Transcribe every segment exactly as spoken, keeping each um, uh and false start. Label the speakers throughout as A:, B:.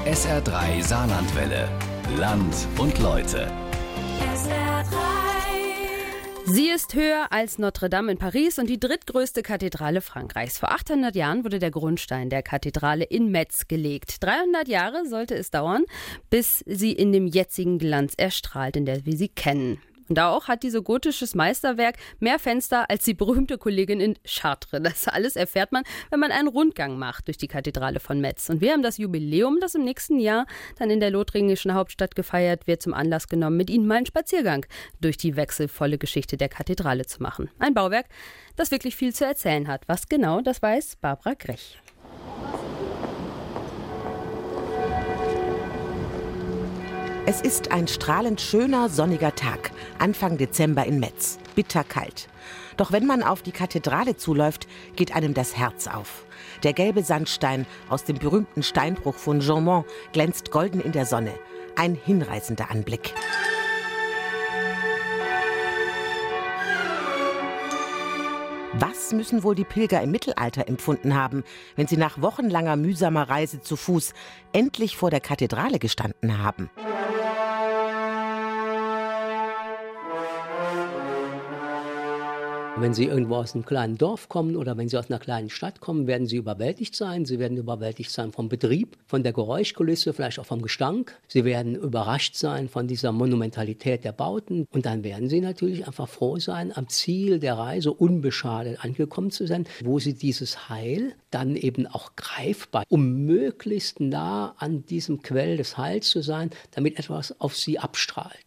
A: S R drei Saarlandwelle. Land und Leute.
B: S R drei.
C: Sie ist höher als Notre Dame in Paris und die drittgrößte Kathedrale Frankreichs. Vor achthundert Jahren wurde der Grundstein der Kathedrale in Metz gelegt. dreihundert Jahre sollte es dauern, bis sie in dem jetzigen Glanz erstrahlt, in der wir sie kennen. Und auch hat dieses gotisches Meisterwerk mehr Fenster als die berühmte Kollegin in Chartres. Das alles erfährt man, wenn man einen Rundgang macht durch die Kathedrale von Metz. Und wir haben das Jubiläum, das im nächsten Jahr dann in der lothringischen Hauptstadt gefeiert wird, zum Anlass genommen, mit Ihnen mal einen Spaziergang durch die wechselvolle Geschichte der Kathedrale zu machen. Ein Bauwerk, das wirklich viel zu erzählen hat. Was genau, das weiß Barbara Grech.
D: Es ist ein strahlend schöner, sonniger Tag, Anfang Dezember in Metz. Bitterkalt. Doch wenn man auf die Kathedrale zuläuft, geht einem das Herz auf. Der gelbe Sandstein aus dem berühmten Steinbruch von Jaumont glänzt golden in der Sonne. Ein hinreißender Anblick. Was müssen wohl die Pilger im Mittelalter empfunden haben, wenn sie nach wochenlanger mühsamer Reise zu Fuß endlich vor der Kathedrale gestanden haben?
E: Wenn Sie irgendwo aus einem kleinen Dorf kommen oder wenn Sie aus einer kleinen Stadt kommen, werden Sie überwältigt sein. Sie werden überwältigt sein vom Betrieb, von der Geräuschkulisse, vielleicht auch vom Gestank. Sie werden überrascht sein von dieser Monumentalität der Bauten. Und dann werden Sie natürlich einfach froh sein, am Ziel der Reise unbeschadet angekommen zu sein, wo Sie dieses Heil dann eben auch greifbar, um möglichst nah an diesem Quell des Heils zu sein, damit etwas auf Sie abstrahlt.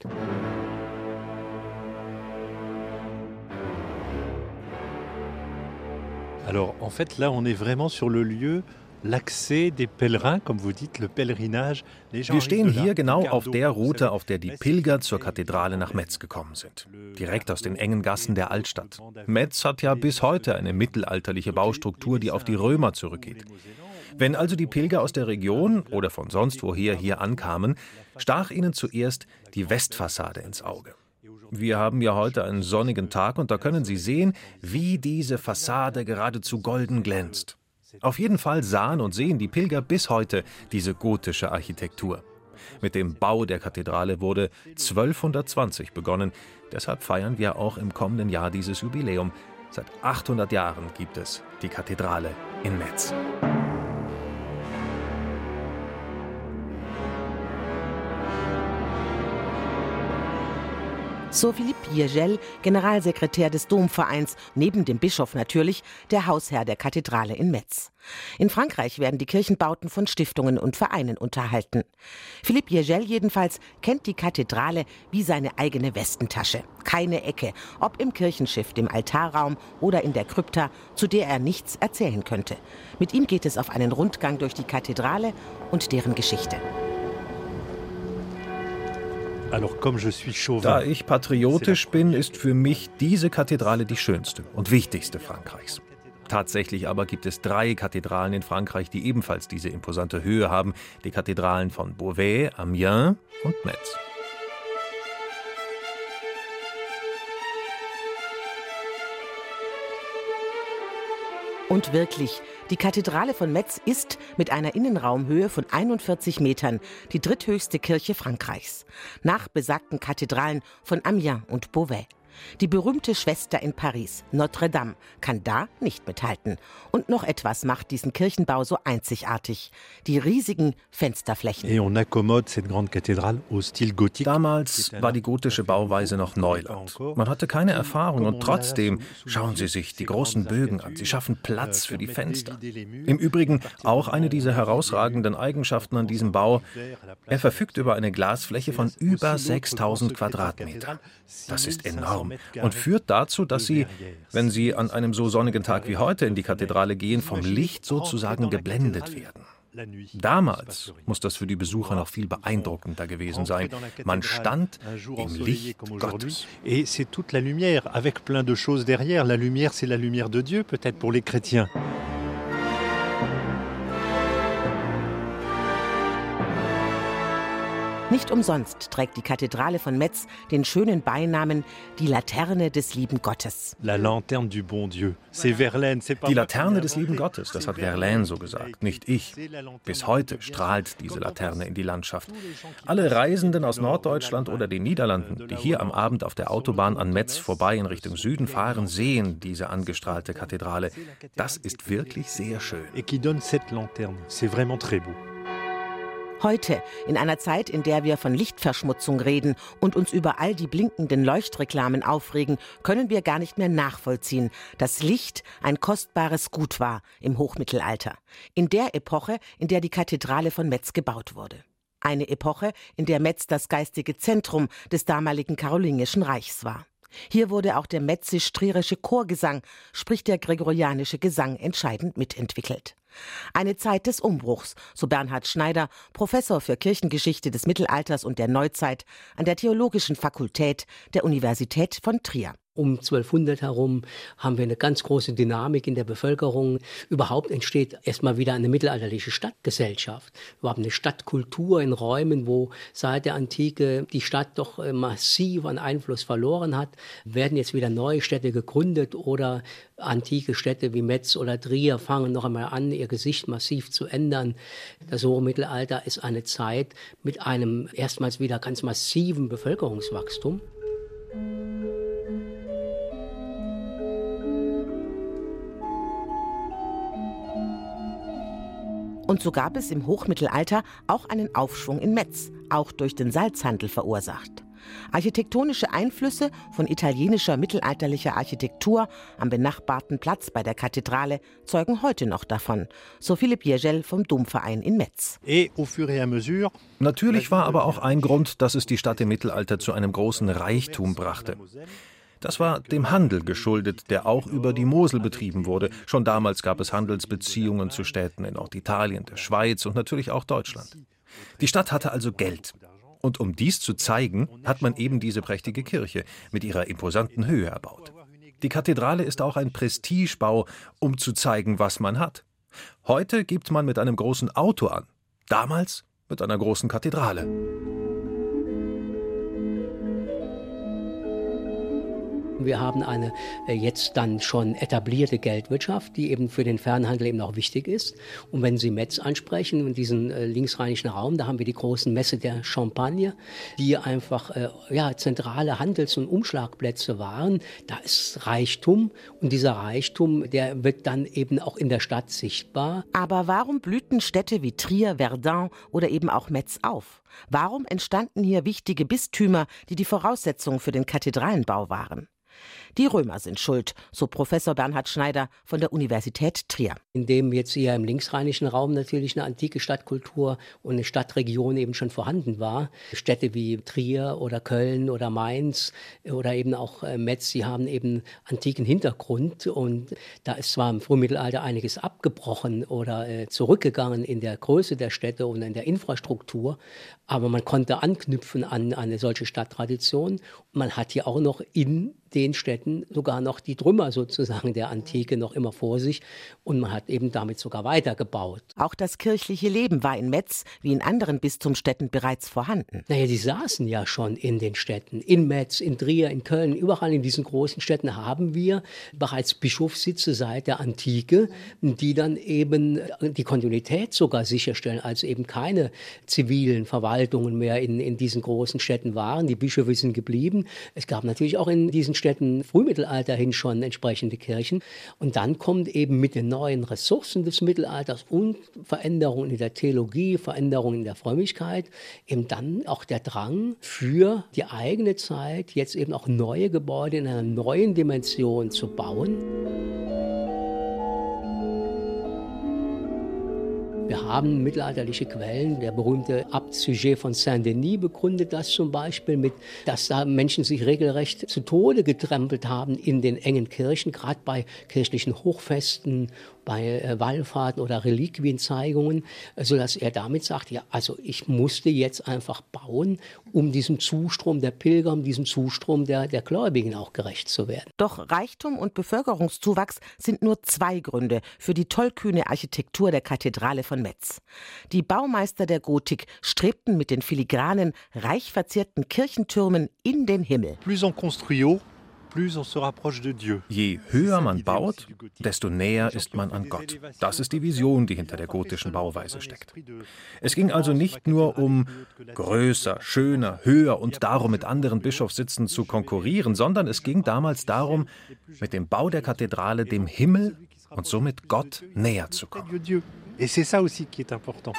F: Alors, en fait, là, on est vraiment sur le lieu, l'accès des pèlerins, comme vous dites, le pèlerinage.
G: Wir stehen hier genau auf der Route, auf der die Pilger zur Kathedrale nach Metz gekommen sind. Direkt aus den engen Gassen der Altstadt. Metz hat ja bis heute eine mittelalterliche Baustruktur, die auf die Römer zurückgeht. Wenn also die Pilger aus der Region oder von sonst woher hier ankamen, stach ihnen zuerst die Westfassade ins Auge. Wir haben ja heute einen sonnigen Tag und da können Sie sehen, wie diese Fassade geradezu golden glänzt. Auf jeden Fall sahen und sehen die Pilger bis heute diese gotische Architektur. Mit dem Bau der Kathedrale wurde zwölfhundertzwanzig begonnen. Deshalb feiern wir auch im kommenden Jahr dieses Jubiläum. Seit achthundert Jahren gibt es die Kathedrale in Metz.
D: So Philippe Viergel, Generalsekretär des Domvereins, neben dem Bischof natürlich, der Hausherr der Kathedrale in Metz. In Frankreich werden die Kirchenbauten von Stiftungen und Vereinen unterhalten. Philippe Viergel jedenfalls kennt die Kathedrale wie seine eigene Westentasche. Keine Ecke, ob im Kirchenschiff, dem Altarraum oder in der Krypta, zu der er nichts erzählen könnte. Mit ihm geht es auf einen Rundgang durch die Kathedrale und deren Geschichte.
G: Da ich patriotisch bin, ist für mich diese Kathedrale die schönste und wichtigste Frankreichs. Tatsächlich aber gibt es drei Kathedralen in Frankreich, die ebenfalls diese imposante Höhe haben. Die Kathedralen von Beauvais, Amiens und Metz.
D: Und wirklich, die Kathedrale von Metz ist mit einer Innenraumhöhe von einundvierzig Metern die dritthöchste Kirche Frankreichs. Nach besagten Kathedralen von Amiens und Beauvais. Die berühmte Schwester in Paris, Notre Dame, kann da nicht mithalten. Und noch etwas macht diesen Kirchenbau so einzigartig: die riesigen Fensterflächen.
G: Damals war die gotische Bauweise noch Neuland. Man hatte keine Erfahrung und trotzdem, schauen Sie sich die großen Bögen an. Sie schaffen Platz für die Fenster. Im Übrigen auch eine dieser herausragenden Eigenschaften an diesem Bau: er verfügt über eine Glasfläche von über sechstausend Quadratmetern. Das ist enorm. Und führt dazu, dass Sie, wenn Sie an einem so sonnigen Tag wie heute in die Kathedrale gehen, vom Licht sozusagen geblendet werden. Damals muss das für die Besucher noch viel beeindruckender gewesen sein. Man stand im Licht Gottes.
F: Et c'est toute la lumière, avec plein de choses derrière. La lumière, c'est la lumière de Dieu, peut-être pour les chrétiens.
D: Nicht umsonst trägt die Kathedrale von Metz den schönen Beinamen die Laterne des lieben Gottes.
F: La lanterne du bon Dieu. C'est Verlaine, c'est pas
G: Die Laterne des lieben Gottes, das hat Verlaine so gesagt, nicht ich. Bis heute strahlt diese Laterne in die Landschaft. Alle Reisenden aus Norddeutschland oder den Niederlanden, die hier am Abend auf der Autobahn an Metz vorbei in Richtung Süden fahren, sehen diese angestrahlte Kathedrale. Das ist wirklich sehr schön.
F: Et qui donne cette lanterne. C'est vraiment très beau.
D: Heute, in einer Zeit, in der wir von Lichtverschmutzung reden und uns über all die blinkenden Leuchtreklamen aufregen, können wir gar nicht mehr nachvollziehen, dass Licht ein kostbares Gut war im Hochmittelalter. In der Epoche, in der die Kathedrale von Metz gebaut wurde. Eine Epoche, in der Metz das geistige Zentrum des damaligen Karolingischen Reichs war. Hier wurde auch der metzisch-trierische Chorgesang, sprich der gregorianische Gesang, entscheidend mitentwickelt. Eine Zeit des Umbruchs, so Bernhard Schneider, Professor für Kirchengeschichte des Mittelalters und der Neuzeit an der Theologischen Fakultät der Universität von Trier.
E: Um zwölfhundert herum haben wir eine ganz große Dynamik in der Bevölkerung. Überhaupt entsteht erstmal wieder eine mittelalterliche Stadtgesellschaft. Wir haben eine Stadtkultur in Räumen, wo seit der Antike die Stadt doch massiv an Einfluss verloren hat. Werden jetzt wieder neue Städte gegründet oder antike Städte wie Metz oder Trier fangen noch einmal an, ihr Gesicht massiv zu ändern. Das hohe Mittelalter ist eine Zeit mit einem erstmals wieder ganz massiven Bevölkerungswachstum.
D: Und so gab es im Hochmittelalter auch einen Aufschwung in Metz, auch durch den Salzhandel verursacht. Architektonische Einflüsse von italienischer mittelalterlicher Architektur am benachbarten Platz bei der Kathedrale zeugen heute noch davon, so Philipp Jergel vom Domverein in Metz.
F: Et au fur et à mesure,
G: Natürlich war aber auch ein Grund, dass es die Stadt im Mittelalter zu einem großen Reichtum brachte. Das war dem Handel geschuldet, der auch über die Mosel betrieben wurde. Schon damals gab es Handelsbeziehungen zu Städten in Norditalien, der Schweiz und natürlich auch Deutschland. Die Stadt hatte also Geld. Und um dies zu zeigen, hat man eben diese prächtige Kirche mit ihrer imposanten Höhe erbaut. Die Kathedrale ist auch ein Prestigebau, um zu zeigen, was man hat. Heute gibt man mit einem großen Auto an, damals mit einer großen Kathedrale.
E: Wir haben eine äh, jetzt dann schon etablierte Geldwirtschaft, die eben für den Fernhandel eben auch wichtig ist. Und wenn Sie Metz ansprechen und diesen äh, linksrheinischen Raum, da haben wir die großen Messe der Champagne, die einfach äh, ja, zentrale Handels- und Umschlagplätze waren. Da ist Reichtum und dieser Reichtum, der wird dann eben auch in der Stadt sichtbar.
D: Aber warum blühten Städte wie Trier, Verdun oder eben auch Metz auf? Warum entstanden hier wichtige Bistümer, die die Voraussetzung für den Kathedralenbau waren? Die Römer sind schuld, so Professor Bernhard Schneider von der Universität Trier.
E: Indem jetzt hier im linksrheinischen Raum natürlich eine antike Stadtkultur und eine Stadtregion eben schon vorhanden war. Städte wie Trier oder Köln oder Mainz oder eben auch Metz, die haben eben antiken Hintergrund. Und da ist zwar im Frühmittelalter einiges abgebrochen oder äh, zurückgegangen in der Größe der Städte und in der Infrastruktur, aber man konnte anknüpfen an eine solche Stadttradition. Und man hat hier auch noch in den Städten sogar noch die Trümmer sozusagen der Antike noch immer vor sich und man hat eben damit sogar weitergebaut.
D: Auch das kirchliche Leben war in Metz wie in anderen Bistumsstädten bereits vorhanden.
E: Naja, die saßen ja schon in den Städten. In Metz, in Trier, in Köln, überall in diesen großen Städten haben wir bereits Bischofssitze seit der Antike, die dann eben die Kontinuität sogar sicherstellen, als eben keine zivilen Verwaltungen mehr in, in diesen großen Städten waren. Die Bischöfe sind geblieben. Es gab natürlich auch in diesen Städten Frühmittelalter hin schon entsprechende Kirchen. Und dann kommt eben mit den neuen Ressourcen des Mittelalters und Veränderungen in der Theologie, Veränderungen in der Frömmigkeit, eben dann auch der Drang für die eigene Zeit, jetzt eben auch neue Gebäude in einer neuen Dimension zu bauen. Wir haben mittelalterliche Quellen. Der berühmte Abt Suger von Saint-Denis begründet das zum Beispiel mit, dass da Menschen sich regelrecht zu Tode getrampelt haben in den engen Kirchen, gerade bei kirchlichen Hochfesten bei äh, Wallfahrten oder Reliquienzeigungen, sodass er damit sagt, ja, also ich musste jetzt einfach bauen, um diesem Zustrom der Pilger, um diesem Zustrom der, der Gläubigen auch gerecht zu werden.
D: Doch Reichtum und Bevölkerungszuwachs sind nur zwei Gründe für die tollkühne Architektur der Kathedrale von Metz. Die Baumeister der Gotik strebten mit den filigranen, reich verzierten Kirchentürmen in den Himmel.
F: Plus on construit haut, plus on se rapproche de Dieu.
G: Je höher man baut, desto näher ist man an Gott. Das ist die Vision, die hinter der gotischen Bauweise steckt. Es ging also nicht nur um größer, schöner, höher und darum mit anderen Bischofssitzen zu konkurrieren, sondern es ging damals darum, mit dem Bau der Kathedrale dem Himmel und somit Gott näher zu kommen.
F: Et c'est ça aussi qui est important.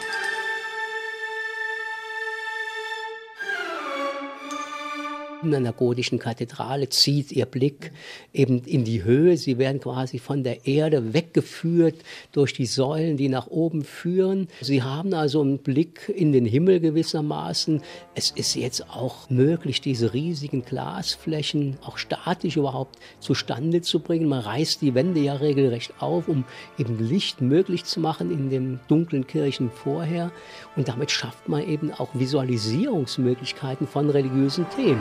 E: In einer gotischen Kathedrale zieht ihr Blick eben in die Höhe. Sie werden quasi von der Erde weggeführt durch die Säulen, die nach oben führen. Sie haben also einen Blick in den Himmel gewissermaßen. Es ist jetzt auch möglich, diese riesigen Glasflächen auch statisch überhaupt zustande zu bringen. Man reißt die Wände ja regelrecht auf, um eben Licht möglich zu machen in den dunklen Kirchen vorher. Und damit schafft man eben auch Visualisierungsmöglichkeiten von religiösen Themen.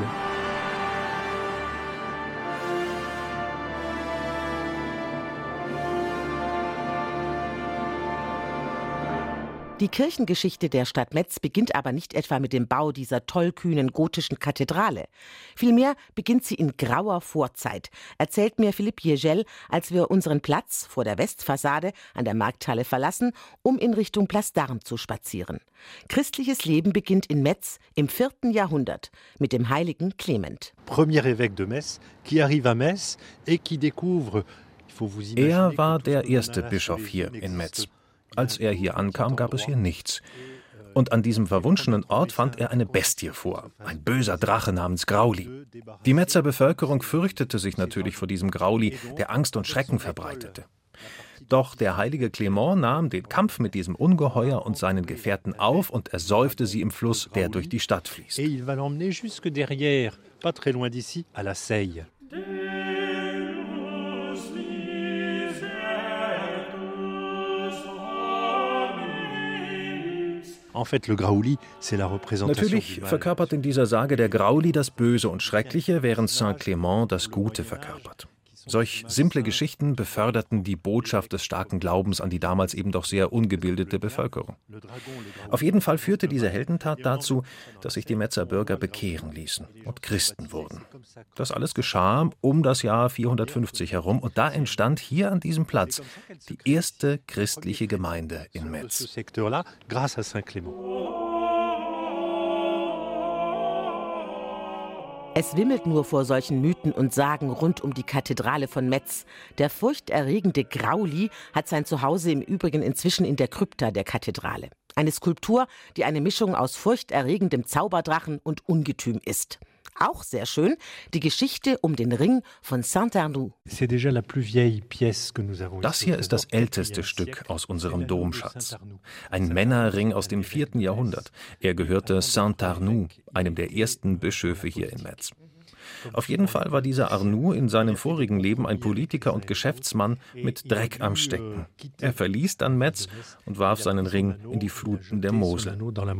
D: Die Kirchengeschichte der Stadt Metz beginnt aber nicht etwa mit dem Bau dieser tollkühnen gotischen Kathedrale. Vielmehr beginnt sie in grauer Vorzeit, erzählt mir Philippe Jegel, als wir unseren Platz vor der Westfassade an der Markthalle verlassen, um in Richtung Place d'Armes zu spazieren. Christliches Leben beginnt in Metz im vierten Jahrhundert mit dem heiligen Clement.
F: Premier évêque de Metz, qui arrive à Metz et qui découvre.
G: Er war der erste Bischof hier in Metz. Als er hier ankam, gab es hier nichts. Und an diesem verwunschenen Ort fand er eine Bestie vor, ein böser Drache namens Grauli. Die Metzer Bevölkerung fürchtete sich natürlich vor diesem Grauli, der Angst und Schrecken verbreitete. Doch der heilige Clement nahm den Kampf mit diesem Ungeheuer und seinen Gefährten auf und ersäufte sie im Fluss, der durch die Stadt fließt.
F: Et il va l'emmener jusque derrière, pas très loin d'ici, à la Seille. Natürlich
G: verkörpert in dieser Sage der Grauli das Böse und Schreckliche, während Saint Clement das Gute verkörpert. Solch simple Geschichten beförderten die Botschaft des starken Glaubens an die damals eben doch sehr ungebildete Bevölkerung. Auf jeden Fall führte diese Heldentat dazu, dass sich die Metzer Bürger bekehren ließen und Christen wurden. Das alles geschah um das Jahr vierhundertfünfzig herum und da entstand hier an diesem Platz die erste christliche Gemeinde in Metz.
D: Es wimmelt nur vor solchen Mythen und Sagen rund um die Kathedrale von Metz. Der furchterregende Grauli hat sein Zuhause im Übrigen inzwischen in der Krypta der Kathedrale. Eine Skulptur, die eine Mischung aus furchterregendem Zauberdrachen und Ungetüm ist. Auch sehr schön die Geschichte um den Ring von Saint-Arnoux.
G: Das hier ist das älteste Stück aus unserem Domschatz. Ein Männerring aus dem vierten Jahrhundert. Er gehörte Saint-Arnoux, einem der ersten Bischöfe hier in Metz. Auf jeden Fall war dieser Arnoux in seinem vorigen Leben ein Politiker und Geschäftsmann mit Dreck am Stecken. Er verließ dann Metz und warf seinen Ring in die Fluten der Mosel.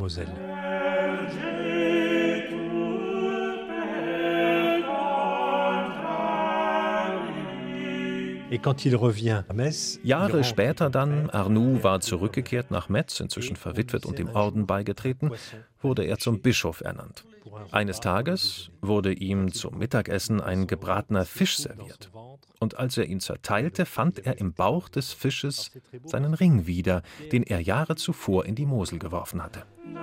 G: Jahre später dann, Arnoux war zurückgekehrt nach Metz, inzwischen verwitwet und dem Orden beigetreten, wurde er zum Bischof ernannt. Eines Tages wurde ihm zum Mittagessen ein gebratener Fisch serviert. Und als er ihn zerteilte, fand er im Bauch des Fisches seinen Ring wieder, den er Jahre zuvor in die Mosel geworfen hatte.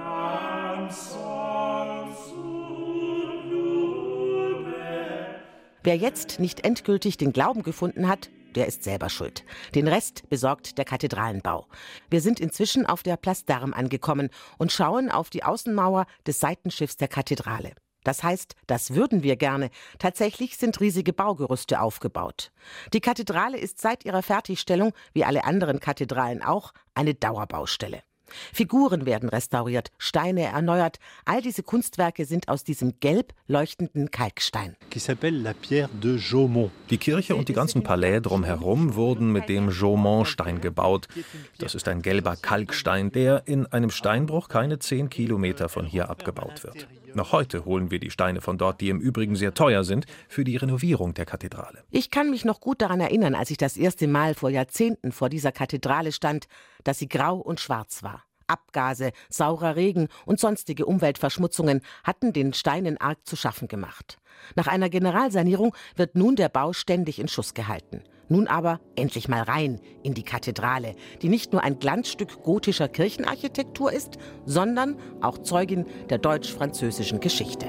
D: Wer jetzt nicht endgültig den Glauben gefunden hat, der ist selber schuld. Den Rest besorgt der Kathedralenbau. Wir sind inzwischen auf der Place d'Armes angekommen und schauen auf die Außenmauer des Seitenschiffs der Kathedrale. Das heißt, das würden wir gerne. Tatsächlich sind riesige Baugerüste aufgebaut. Die Kathedrale ist seit ihrer Fertigstellung, wie alle anderen Kathedralen auch, eine Dauerbaustelle. Figuren werden restauriert, Steine erneuert. All diese Kunstwerke sind aus diesem gelb leuchtenden Kalkstein.
G: Die Kirche und die ganzen Palais drumherum wurden mit dem Jaumont-Stein gebaut. Das ist ein gelber Kalkstein, der in einem Steinbruch keine zehn Kilometer von hier abgebaut wird. Noch heute holen wir die Steine von dort, die im Übrigen sehr teuer sind, für die Renovierung der Kathedrale.
D: Ich kann mich noch gut daran erinnern, als ich das erste Mal vor Jahrzehnten vor dieser Kathedrale stand, dass sie grau und schwarz war. Abgase, saurer Regen und sonstige Umweltverschmutzungen hatten den Steinen arg zu schaffen gemacht. Nach einer Generalsanierung wird nun der Bau ständig in Schuss gehalten. Nun aber endlich mal rein in die Kathedrale, die nicht nur ein Glanzstück gotischer Kirchenarchitektur ist, sondern auch Zeugin der deutsch-französischen Geschichte.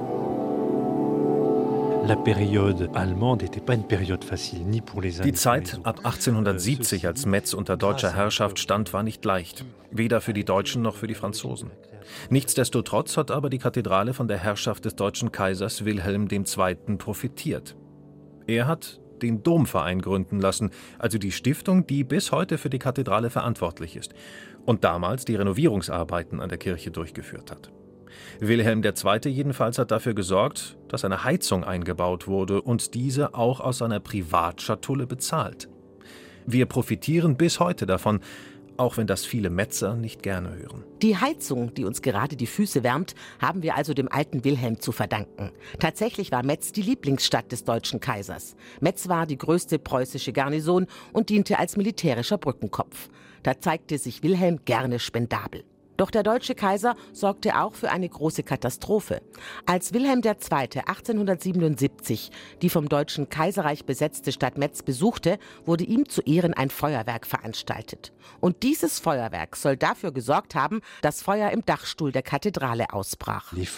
G: Die Zeit ab achtzehnhundertsiebzig, als Metz unter deutscher Herrschaft stand, war nicht leicht. Weder für die Deutschen noch für die Franzosen. Nichtsdestotrotz hat aber die Kathedrale von der Herrschaft des deutschen Kaisers Wilhelm der Zweite profitiert. Er hat den Domverein gründen lassen, also die Stiftung, die bis heute für die Kathedrale verantwortlich ist und damals die Renovierungsarbeiten an der Kirche durchgeführt hat. Wilhelm der Zweite jedenfalls hat dafür gesorgt, dass eine Heizung eingebaut wurde und diese auch aus seiner Privatschatulle bezahlt. Wir profitieren bis heute davon, auch wenn das viele Metzer nicht gerne hören.
D: Die Heizung, die uns gerade die Füße wärmt, haben wir also dem alten Wilhelm zu verdanken. Tatsächlich war Metz die Lieblingsstadt des deutschen Kaisers. Metz war die größte preußische Garnison und diente als militärischer Brückenkopf. Da zeigte sich Wilhelm gerne spendabel. Doch der deutsche Kaiser sorgte auch für eine große Katastrophe. Als Wilhelm der Zweite achtzehnhundertsiebenundsiebzig die vom Deutschen Kaiserreich besetzte Stadt Metz besuchte, wurde ihm zu Ehren ein Feuerwerk veranstaltet. Und dieses Feuerwerk soll dafür gesorgt haben, dass Feuer im Dachstuhl der Kathedrale ausbrach.
F: Es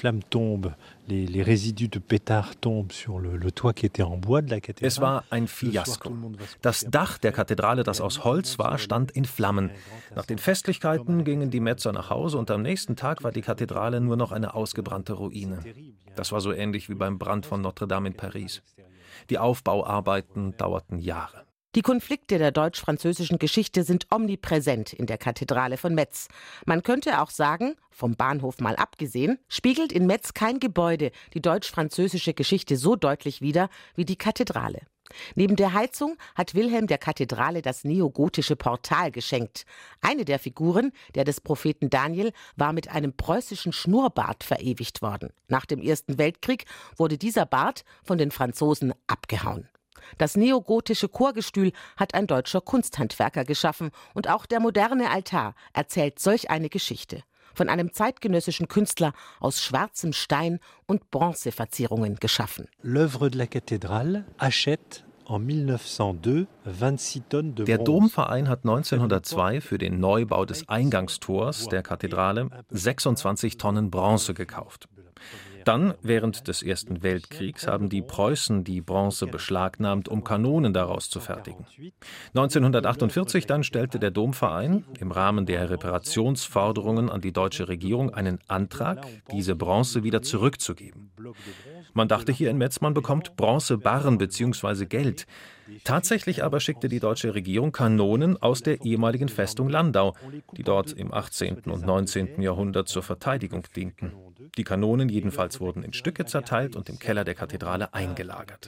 G: war ein Fiasko. Das Dach der Kathedrale, das aus Holz war, stand in Flammen. Nach den Festlichkeiten gingen die Metzer nach Hause und am nächsten Tag war die Kathedrale nur noch eine ausgebrannte Ruine. Das war so ähnlich wie beim Brand von Notre Dame in Paris. Die Aufbauarbeiten dauerten Jahre.
D: Die Konflikte der deutsch-französischen Geschichte sind omnipräsent in der Kathedrale von Metz. Man könnte auch sagen, vom Bahnhof mal abgesehen, spiegelt in Metz kein Gebäude die deutsch-französische Geschichte so deutlich wider wie die Kathedrale. Neben der Heizung hat Wilhelm der Kathedrale das neogotische Portal geschenkt. Eine der Figuren, der des Propheten Daniel, war mit einem preußischen Schnurrbart verewigt worden. Nach dem Ersten Weltkrieg wurde dieser Bart von den Franzosen abgehauen. Das neogotische Chorgestühl hat ein deutscher Kunsthandwerker geschaffen und auch der moderne Altar erzählt solch eine Geschichte. Von einem zeitgenössischen Künstler aus schwarzem Stein und Bronzeverzierungen geschaffen.
F: L'œuvre de la cathédrale achète en milleneufcent deux vingt-six tonnes de
G: Der
F: bronze.
G: Domverein hat neunzehnhundertzwei für den Neubau des Eingangstors der Kathedrale sechsundzwanzig Tonnen Bronze gekauft. Dann, während des Ersten Weltkriegs, haben die Preußen die Bronze beschlagnahmt, um Kanonen daraus zu fertigen. neunzehnhundertachtundvierzig dann stellte der Domverein im Rahmen der Reparationsforderungen an die deutsche Regierung einen Antrag, diese Bronze wieder zurückzugeben. Man dachte hier in Metz, man bekommt Bronzebarren bzw. Geld. Tatsächlich aber schickte die deutsche Regierung Kanonen aus der ehemaligen Festung Landau, die dort im achtzehnten und neunzehnten Jahrhundert zur Verteidigung dienten. Die Kanonen jedenfalls wurden in Stücke zerteilt und im Keller der Kathedrale eingelagert.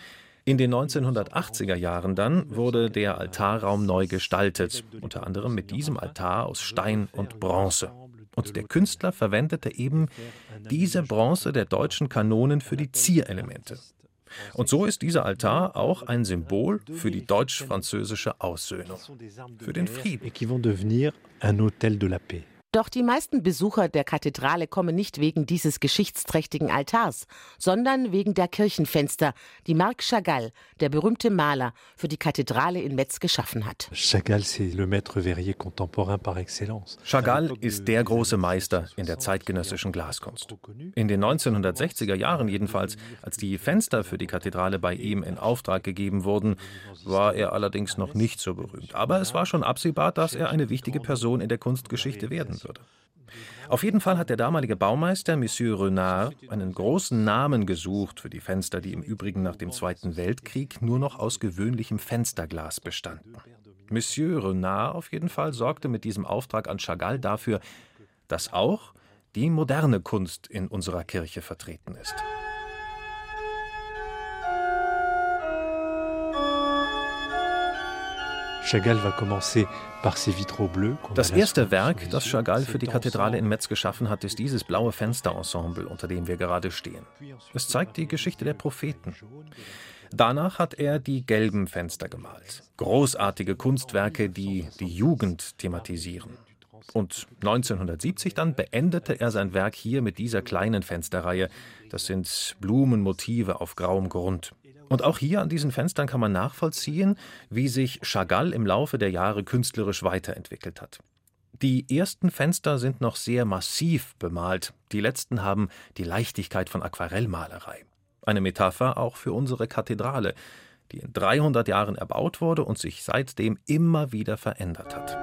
G: In den neunzehnhundertachtziger Jahren dann wurde der Altarraum neu gestaltet, unter anderem mit diesem Altar aus Stein und Bronze. Und der Künstler verwendete eben diese Bronze der deutschen Kanonen für die Zierelemente. Und so ist dieser Altar auch ein Symbol für die deutsch-französische Aussöhnung, für den Frieden.
D: Doch die meisten Besucher der Kathedrale kommen nicht wegen dieses geschichtsträchtigen Altars, sondern wegen der Kirchenfenster, die Marc Chagall, der berühmte Maler, für die Kathedrale in Metz geschaffen hat.
F: Chagall
G: ist der große Meister in der zeitgenössischen Glaskunst. In den neunzehnhundertsechziger Jahren jedenfalls, als die Fenster für die Kathedrale bei ihm in Auftrag gegeben wurden, war er allerdings noch nicht so berühmt. Aber es war schon absehbar, dass er eine wichtige Person in der Kunstgeschichte werden würde. Auf jeden Fall hat der damalige Baumeister, Monsieur Renard, einen großen Namen gesucht für die Fenster, die im Übrigen nach dem Zweiten Weltkrieg nur noch aus gewöhnlichem Fensterglas bestanden. Monsieur Renard auf jeden Fall sorgte mit diesem Auftrag an Chagall dafür, dass auch die moderne Kunst in unserer Kirche vertreten ist. Das erste Werk, das Chagall für die Kathedrale in Metz geschaffen hat, ist dieses blaue Fensterensemble, unter dem wir gerade stehen. Es zeigt die Geschichte der Propheten. Danach hat er die gelben Fenster gemalt. Großartige Kunstwerke, die die Jugend thematisieren. Und neunzehnhundertsiebzig dann beendete er sein Werk hier mit dieser kleinen Fensterreihe. Das sind Blumenmotive auf grauem Grund. Und auch hier an diesen Fenstern kann man nachvollziehen, wie sich Chagall im Laufe der Jahre künstlerisch weiterentwickelt hat. Die ersten Fenster sind noch sehr massiv bemalt, die letzten haben die Leichtigkeit von Aquarellmalerei. Eine Metapher auch für unsere Kathedrale, die in dreihundert Jahren erbaut wurde und sich seitdem immer wieder verändert hat.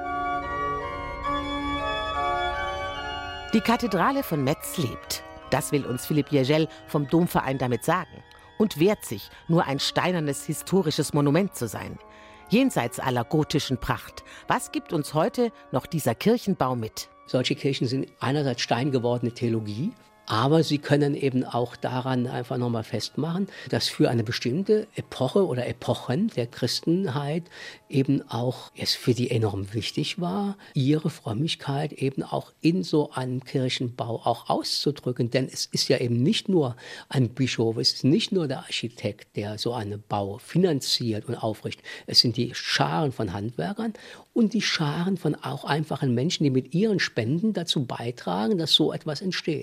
D: Die Kathedrale von Metz lebt. Das will uns Philippe Yergel vom Domverein damit sagen. Und wehrt sich, nur ein steinernes historisches Monument zu sein. Jenseits aller gotischen Pracht, was gibt uns heute noch dieser Kirchenbau mit?
E: Solche Kirchen sind einerseits steingewordene Theologie, aber sie können eben auch daran einfach nochmal festmachen, dass für eine bestimmte Epoche oder Epochen der Christenheit eben auch es für die enorm wichtig war, ihre Frömmigkeit eben auch in so einem Kirchenbau auch auszudrücken. Denn es ist ja eben nicht nur ein Bischof, es ist nicht nur der Architekt, der so einen Bau finanziert und aufrichtet. Es sind die Scharen von Handwerkern und die Scharen von auch einfachen Menschen, die mit ihren Spenden dazu beitragen, dass so etwas entsteht.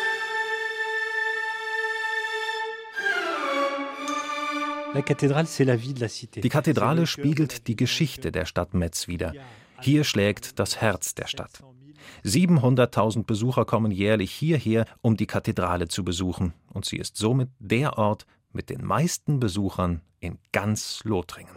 G: Die Kathedrale spiegelt die Geschichte der Stadt Metz wider. Hier schlägt das Herz der Stadt. siebenhunderttausend Besucher kommen jährlich hierher, um die Kathedrale zu besuchen. Und sie ist somit der Ort mit den meisten Besuchern in ganz Lothringen.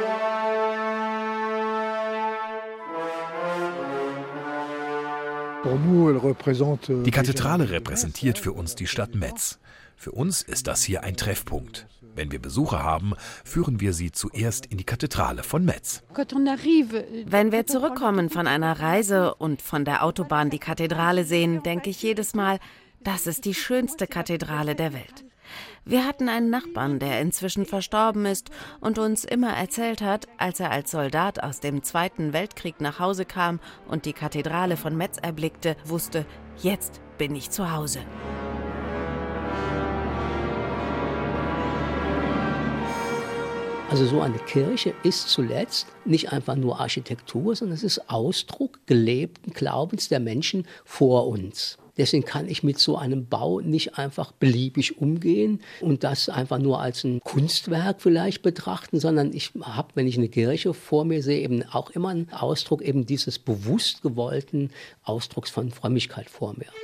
H: Die Kathedrale repräsentiert für uns die Stadt Metz. Für uns ist das hier ein Treffpunkt. Wenn wir Besucher haben, führen wir sie zuerst in die Kathedrale von Metz.
I: Wenn wir zurückkommen von einer Reise und von der Autobahn die Kathedrale sehen, denke ich jedes Mal, das ist die schönste Kathedrale der Welt. Wir hatten einen Nachbarn, der inzwischen verstorben ist und uns immer erzählt hat, als er als Soldat aus dem Zweiten Weltkrieg nach Hause kam und die Kathedrale von Metz erblickte, wusste, jetzt bin ich zu Hause.
E: Also so eine Kirche ist zuletzt nicht einfach nur Architektur, sondern es ist Ausdruck gelebten Glaubens der Menschen vor uns. Deswegen kann ich mit so einem Bau nicht einfach beliebig umgehen und das einfach nur als ein Kunstwerk vielleicht betrachten, sondern ich habe, wenn ich eine Kirche vor mir sehe, eben auch immer einen Ausdruck eben dieses bewusst gewollten Ausdrucks von Frömmigkeit vor mir.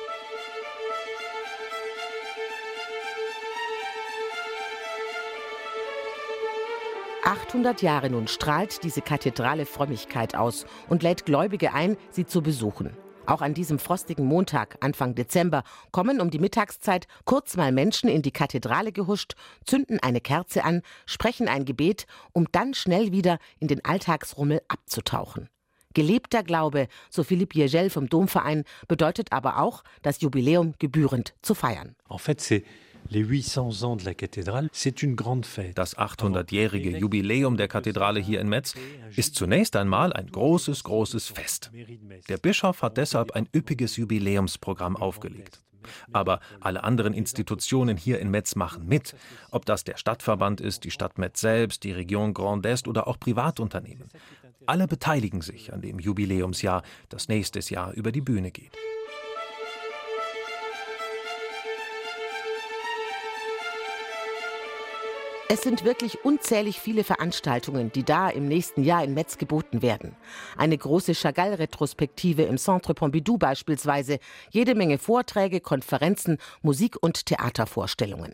D: achthundert Jahre nun strahlt diese Kathedrale Frömmigkeit aus und lädt Gläubige ein, sie zu besuchen. Auch an diesem frostigen Montag, Anfang Dezember, kommen um die Mittagszeit kurz mal Menschen in die Kathedrale gehuscht, zünden eine Kerze an, sprechen ein Gebet, um dann schnell wieder in den Alltagsrummel abzutauchen. Gelebter Glaube, so Philippe Yergel vom Domverein, bedeutet aber auch, das Jubiläum gebührend zu feiern.
F: En fait, c'est
G: Das achthundertjährige Jubiläum der Kathedrale hier in Metz ist zunächst einmal ein großes, großes Fest. Der Bischof hat deshalb ein üppiges Jubiläumsprogramm aufgelegt. Aber alle anderen Institutionen hier in Metz machen mit, ob das der Stadtverband ist, die Stadt Metz selbst, die Region Grand Est oder auch Privatunternehmen. Alle beteiligen sich an dem Jubiläumsjahr, das nächstes Jahr über die Bühne geht.
D: Es sind wirklich unzählig viele Veranstaltungen, die da im nächsten Jahr in Metz geboten werden. Eine große Chagall-Retrospektive im Centre Pompidou beispielsweise, jede Menge Vorträge, Konferenzen, Musik- und Theatervorstellungen.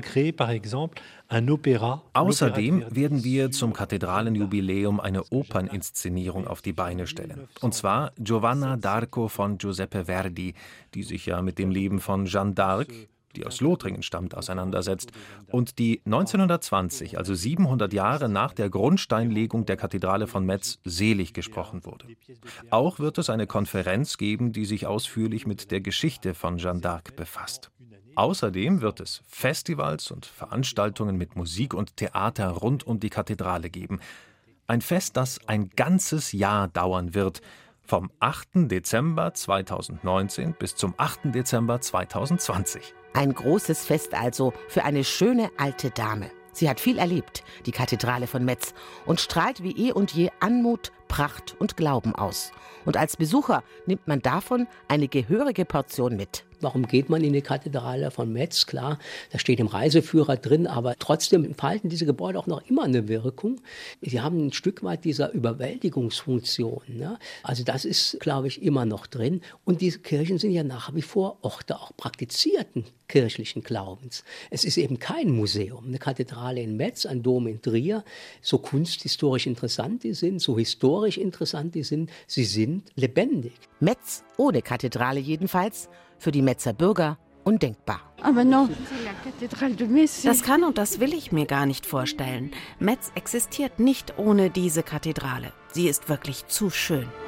G: Außerdem werden wir zum Kathedralenjubiläum eine Operninszenierung auf die Beine stellen. Und zwar Giovanna d'Arco von Giuseppe Verdi, die sich ja mit dem Leben von Jeanne d'Arc, die aus Lothringen stammt, auseinandersetzt und die neunzehnhundertzwanzig, also siebenhundert Jahre nach der Grundsteinlegung der Kathedrale von Metz, selig gesprochen wurde. Auch wird es eine Konferenz geben, die sich ausführlich mit der Geschichte von Jeanne d'Arc befasst. Außerdem wird es Festivals und Veranstaltungen mit Musik und Theater rund um die Kathedrale geben. Ein Fest, das ein ganzes Jahr dauern wird, vom achten Dezember zweitausendneunzehn bis zum achten Dezember zweitausendzwanzig.
D: Ein großes Fest also für eine schöne alte Dame. Sie hat viel erlebt, die Kathedrale von Metz, und strahlt wie eh und je Anmut, Pracht und Glauben aus. Und als Besucher nimmt man davon eine gehörige Portion mit.
E: Warum geht man in die Kathedrale von Metz? Klar, da steht im Reiseführer drin, aber trotzdem entfalten diese Gebäude auch noch immer eine Wirkung. Sie haben ein Stück weit dieser Überwältigungsfunktion. Ne? Also das ist, glaube ich, immer noch drin. Und diese Kirchen sind ja nach wie vor Orte auch praktizierten kirchlichen Glaubens. Es ist eben kein Museum. Eine Kathedrale in Metz, ein Dom in Trier, so kunsthistorisch interessant die sind, so historisch interessant die sind, sie sind lebendig.
D: Metz ohne Kathedrale jedenfalls, für die Metzer Bürger undenkbar.
I: Aber no. Das kann und das will ich mir gar nicht vorstellen. Metz existiert nicht ohne diese Kathedrale. Sie ist wirklich zu schön.